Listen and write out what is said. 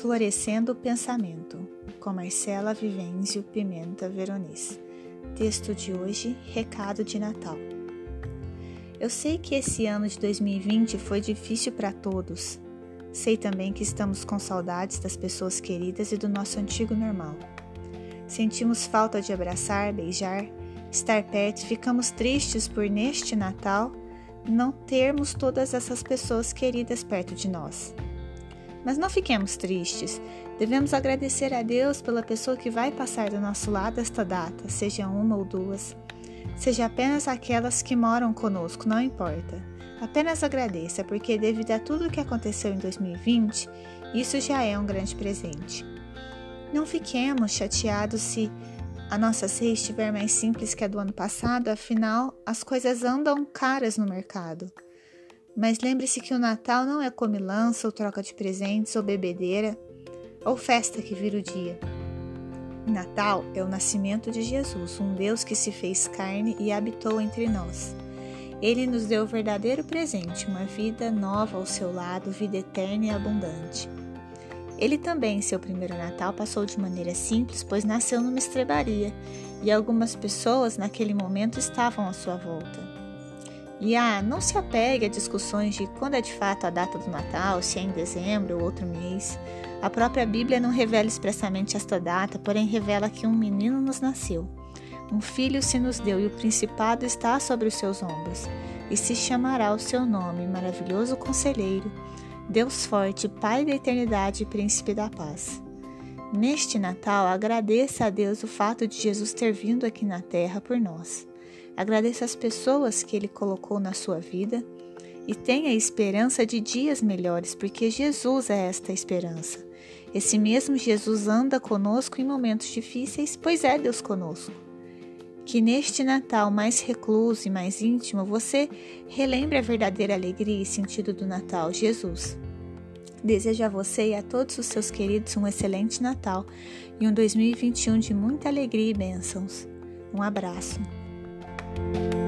Florescendo o Pensamento, com Marcela Vivenzio Pimenta Veronese. Texto de hoje, Recado de Natal. Eu sei que esse ano de 2020 foi difícil para todos. Sei também que estamos com saudades das pessoas queridas e do nosso antigo normal. Sentimos falta de abraçar, beijar, estar perto e ficamos tristes por, neste Natal, não termos todas essas pessoas queridas perto de nós. Mas não fiquemos tristes, devemos agradecer a Deus pela pessoa que vai passar do nosso lado esta data, seja uma ou duas, seja apenas aquelas que moram conosco, não importa. Apenas agradeça, porque devido a tudo o que aconteceu em 2020, isso já é um grande presente. Não fiquemos chateados se a nossa ceia estiver mais simples que a do ano passado, afinal, as coisas andam caras no mercado. Mas lembre-se que o Natal não é comilança ou troca de presentes ou bebedeira ou festa que vira o dia. Natal é o nascimento de Jesus, um Deus que se fez carne e habitou entre nós. Ele nos deu o verdadeiro presente, uma vida nova ao seu lado, vida eterna e abundante. Ele também, em seu primeiro Natal, passou de maneira simples, pois nasceu numa estrebaria e algumas pessoas naquele momento estavam à sua volta. E não se apegue a discussões de quando é de fato a data do Natal, se é em dezembro ou outro mês. A própria Bíblia não revela expressamente esta data, porém revela que um menino nos nasceu. Um filho se nos deu e o principado está sobre os seus ombros. E se chamará o seu nome, Maravilhoso Conselheiro, Deus Forte, Pai da Eternidade e Príncipe da Paz. Neste Natal, agradeça a Deus o fato de Jesus ter vindo aqui na Terra por nós. Agradeça as pessoas que Ele colocou na sua vida e tenha a esperança de dias melhores, porque Jesus é esta esperança. Esse mesmo Jesus anda conosco em momentos difíceis, pois é Deus conosco. Que neste Natal mais recluso e mais íntimo, você relembre a verdadeira alegria e sentido do Natal, Jesus. Desejo a você e a todos os seus queridos um excelente Natal e um 2021 de muita alegria e bênçãos. Um abraço.